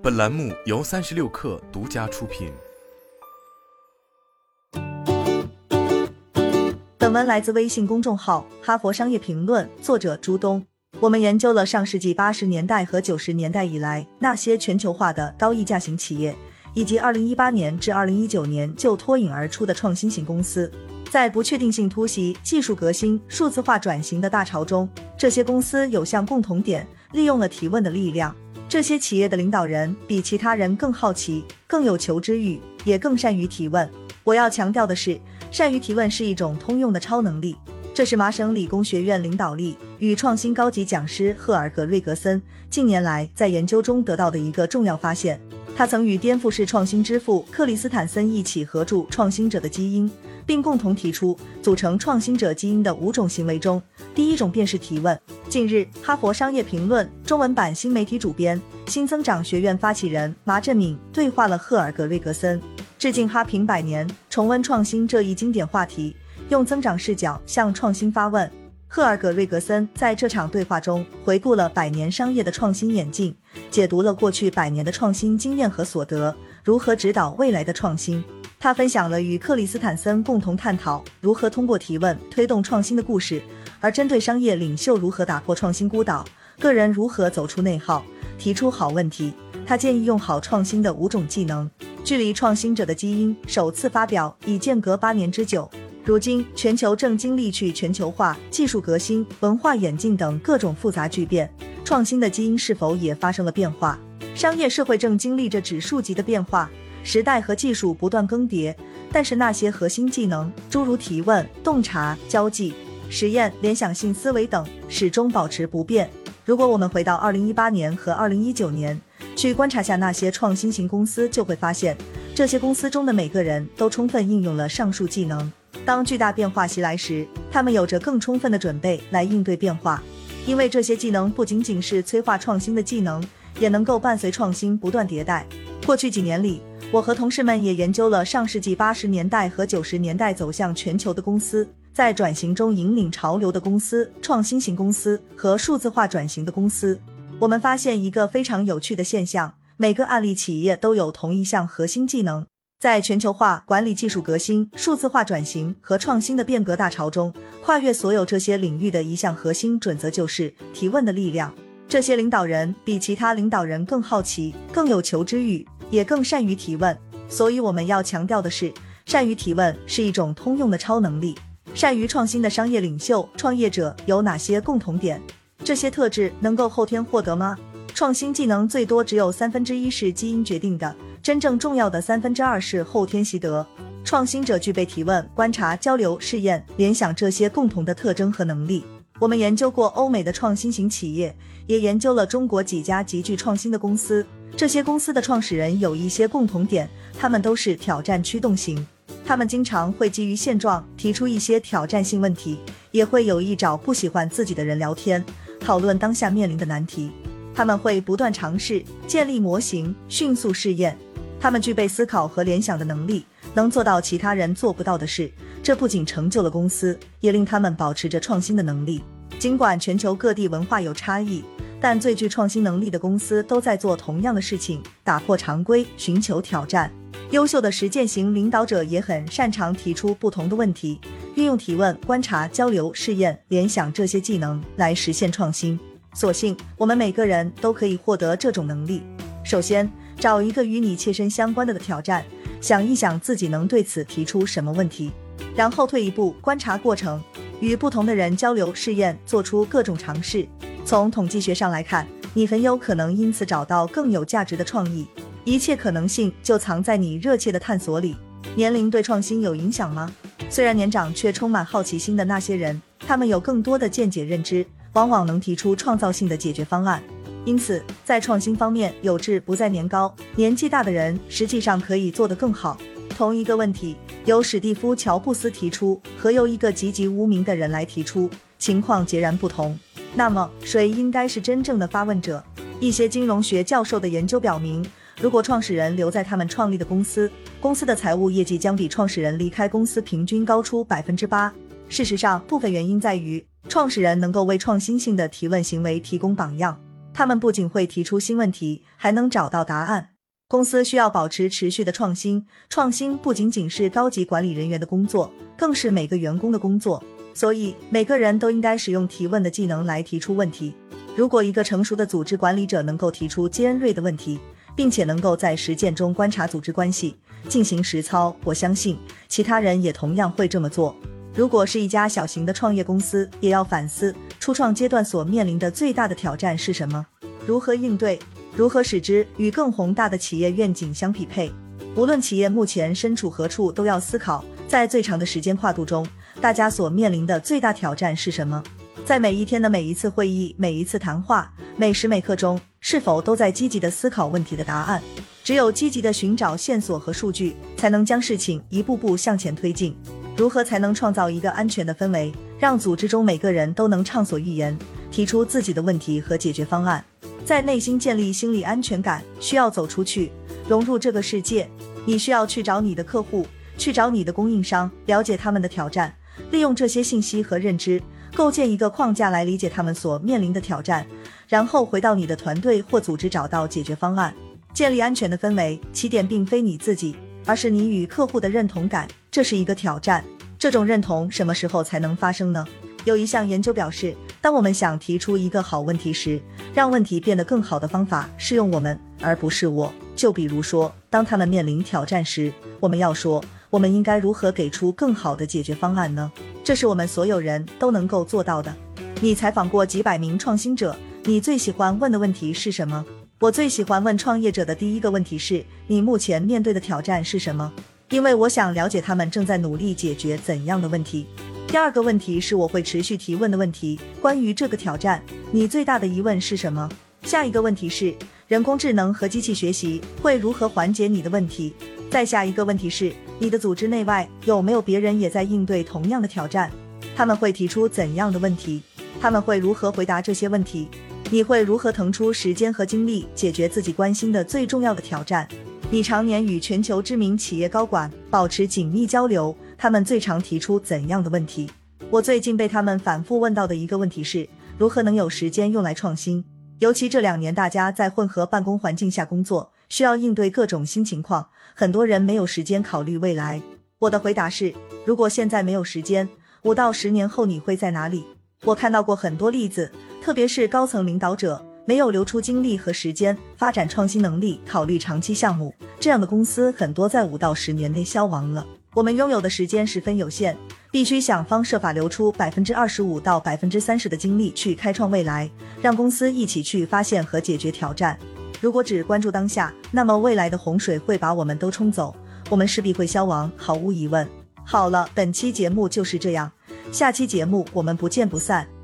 本栏目由36氪独家出品。 本文来自微信公众号《哈佛商业评论》，作者朱东。我们研究了上世纪80年代和90年代以来那些全球化的高溢价型企业，以及2018年至2019年就脱颖而出的创新型公司。在不确定性突袭、技术革新、数字化转型的大潮中，这些公司有项共同点，利用了提问的力量。这些企业的领导人比其他人更好奇，更有求知欲，也更善于提问。我要强调的是，善于提问是一种通用的超能力。这是麻省理工学院领导力与创新高级讲师赫尔葛瑞格森近年来在研究中得到的一个重要发现。他曾与颠覆式创新之父克里斯坦森一起合著《创新者的基因》，并共同提出组成创新者基因的5种行为中，第一种便是提问。近日，哈佛商业评论中文版新媒体主编、新增长学院发起人麻振敏对话了赫尔葛瑞格森，致敬哈平100年，重温创新这一经典话题，用增长视角向创新发问。赫尔葛瑞格森在这场对话中回顾了100年商业的创新演进，解读了过去100年的创新经验和所得，如何指导未来的创新。他分享了与克里斯坦森共同探讨如何通过提问推动创新的故事，而针对商业领袖如何打破创新孤岛，个人如何走出内耗，提出好问题，他建议用好创新的5种技能。距离创新者的基因首次发表已间隔8年之久，如今全球正经历去全球化、技术革新、文化演进等各种复杂巨变，创新的基因是否也发生了变化？商业社会正经历着指数级的变化，时代和技术不断更迭，但是那些核心技能，诸如提问、洞察、交际、实验、联想性思维等，始终保持不变。如果我们回到2018年和2019年，去观察下那些创新型公司，就会发现，这些公司中的每个人都充分应用了上述技能。当巨大变化袭来时，他们有着更充分的准备来应对变化，因为这些技能不仅仅是催化创新的技能，也能够伴随创新不断迭代。过去几年里，我和同事们也研究了上世纪80年代和90年代走向全球的公司，在转型中引领潮流的公司、创新型公司和数字化转型的公司。我们发现一个非常有趣的现象，每个案例企业都有同一项核心技能。在全球化、管理技术革新、数字化转型和创新的变革大潮中，跨越所有这些领域的一项核心准则就是提问的力量。这些领导人比其他领导人更好奇，更有求知欲，也更善于提问。所以我们要强调的是，善于提问是一种通用的超能力。善于创新的商业领袖、创业者有哪些共同点？这些特质能够后天获得吗？创新技能最多只有1/3是基因决定的，真正重要的2/3是后天习得。创新者具备提问、观察、交流、试验、联想这些共同的特征和能力。我们研究过欧美的创新型企业，也研究了中国几家极具创新的公司。这些公司的创始人有一些共同点，他们都是挑战驱动型。他们经常会基于现状提出一些挑战性问题，也会有意找不喜欢自己的人聊天，讨论当下面临的难题。他们会不断尝试，建立模型，迅速试验。他们具备思考和联想的能力，能做到其他人做不到的事。这不仅成就了公司，也令他们保持着创新的能力。尽管全球各地文化有差异，但最具创新能力的公司都在做同样的事情，打破常规，寻求挑战。优秀的实践型领导者也很擅长提出不同的问题，运用提问、观察、交流、试验、联想这些技能来实现创新。所幸我们每个人都可以获得这种能力。首先，找一个与你切身相关的挑战，想一想自己能对此提出什么问题，然后退一步观察过程，与不同的人交流试验，做出各种尝试。从统计学上来看，你很有可能因此找到更有价值的创意。一切可能性就藏在你热切的探索里。年龄对创新有影响吗？虽然年长却充满好奇心的那些人，他们有更多的见解认知，往往能提出创造性的解决方案。因此，在创新方面，有志不在年高，年纪大的人实际上可以做得更好。同一个问题，由史蒂夫·乔布斯提出和由一个籍籍无名的人来提出，情况截然不同。那么，谁应该是真正的发问者？一些金融学教授的研究表明，如果创始人留在他们创立的公司，公司的财务业绩将比创始人离开公司平均高出 8%。 事实上，部分原因在于创始人能够为创新性的提问行为提供榜样。 他们不仅会提出新问题，还能找到答案。公司需要保持持续的创新，创新不仅仅是高级管理人员的工作，更是每个员工的工作。所以每个人都应该使用提问的技能来提出问题。如果一个成熟的组织管理者能够提出尖锐的问题，并且能够在实践中观察组织关系，进行实操，我相信其他人也同样会这么做。如果是一家小型的创业公司，也要反思初创阶段所面临的最大的挑战是什么，如何应对，如何使之与更宏大的企业愿景相匹配。无论企业目前身处何处，都要思考在最长的时间跨度中，大家所面临的最大挑战是什么。在每一天的每一次会议，每一次谈话，每时每刻中，是否都在积极地思考问题的答案。只有积极地寻找线索和数据，才能将事情一步步向前推进。如何才能创造一个安全的氛围，让组织中每个人都能畅所欲言，提出自己的问题和解决方案。在内心建立心理安全感，需要走出去，融入这个世界。你需要去找你的客户，去找你的供应商，了解他们的挑战，利用这些信息和认知，构建一个框架来理解他们所面临的挑战，然后回到你的团队或组织找到解决方案。建立安全的氛围，起点并非你自己，而是你与客户的认同感，这是一个挑战。这种认同什么时候才能发生呢？有一项研究表示，当我们想提出一个好问题时，让问题变得更好的方法是用我们，而不是我。就比如说，当他们面临挑战时，我们要说，我们应该如何给出更好的解决方案呢？这是我们所有人都能够做到的。你采访过几百名创新者，你最喜欢问的问题是什么？我最喜欢问创业者的第一个问题是，你目前面对的挑战是什么？因为我想了解他们正在努力解决怎样的问题。第二个问题是我会持续提问的问题，关于这个挑战，你最大的疑问是什么？下一个问题是，人工智能和机器学习会如何缓解你的问题？再下一个问题是，你的组织内外有没有别人也在应对同样的挑战？他们会提出怎样的问题？他们会如何回答这些问题？你会如何腾出时间和精力解决自己关心的最重要的挑战？你常年与全球知名企业高管保持紧密交流，他们最常提出怎样的问题？我最近被他们反复问到的一个问题是，如何能有时间用来创新？尤其这2年大家在混合办公环境下工作，需要应对各种新情况，很多人没有时间考虑未来。我的回答是，如果现在没有时间，5到10年后你会在哪里？我看到过很多例子，特别是高层领导者没有留出精力和时间发展创新能力，考虑长期项目，这样的公司很多在5到10年内消亡了。我们拥有的时间十分有限，必须想方设法留出25%到30%的精力去开创未来，让公司一起去发现和解决挑战。如果只关注当下，那么未来的洪水会把我们都冲走，我们势必会消亡，毫无疑问。好了，本期节目就是这样，下期节目我们不见不散。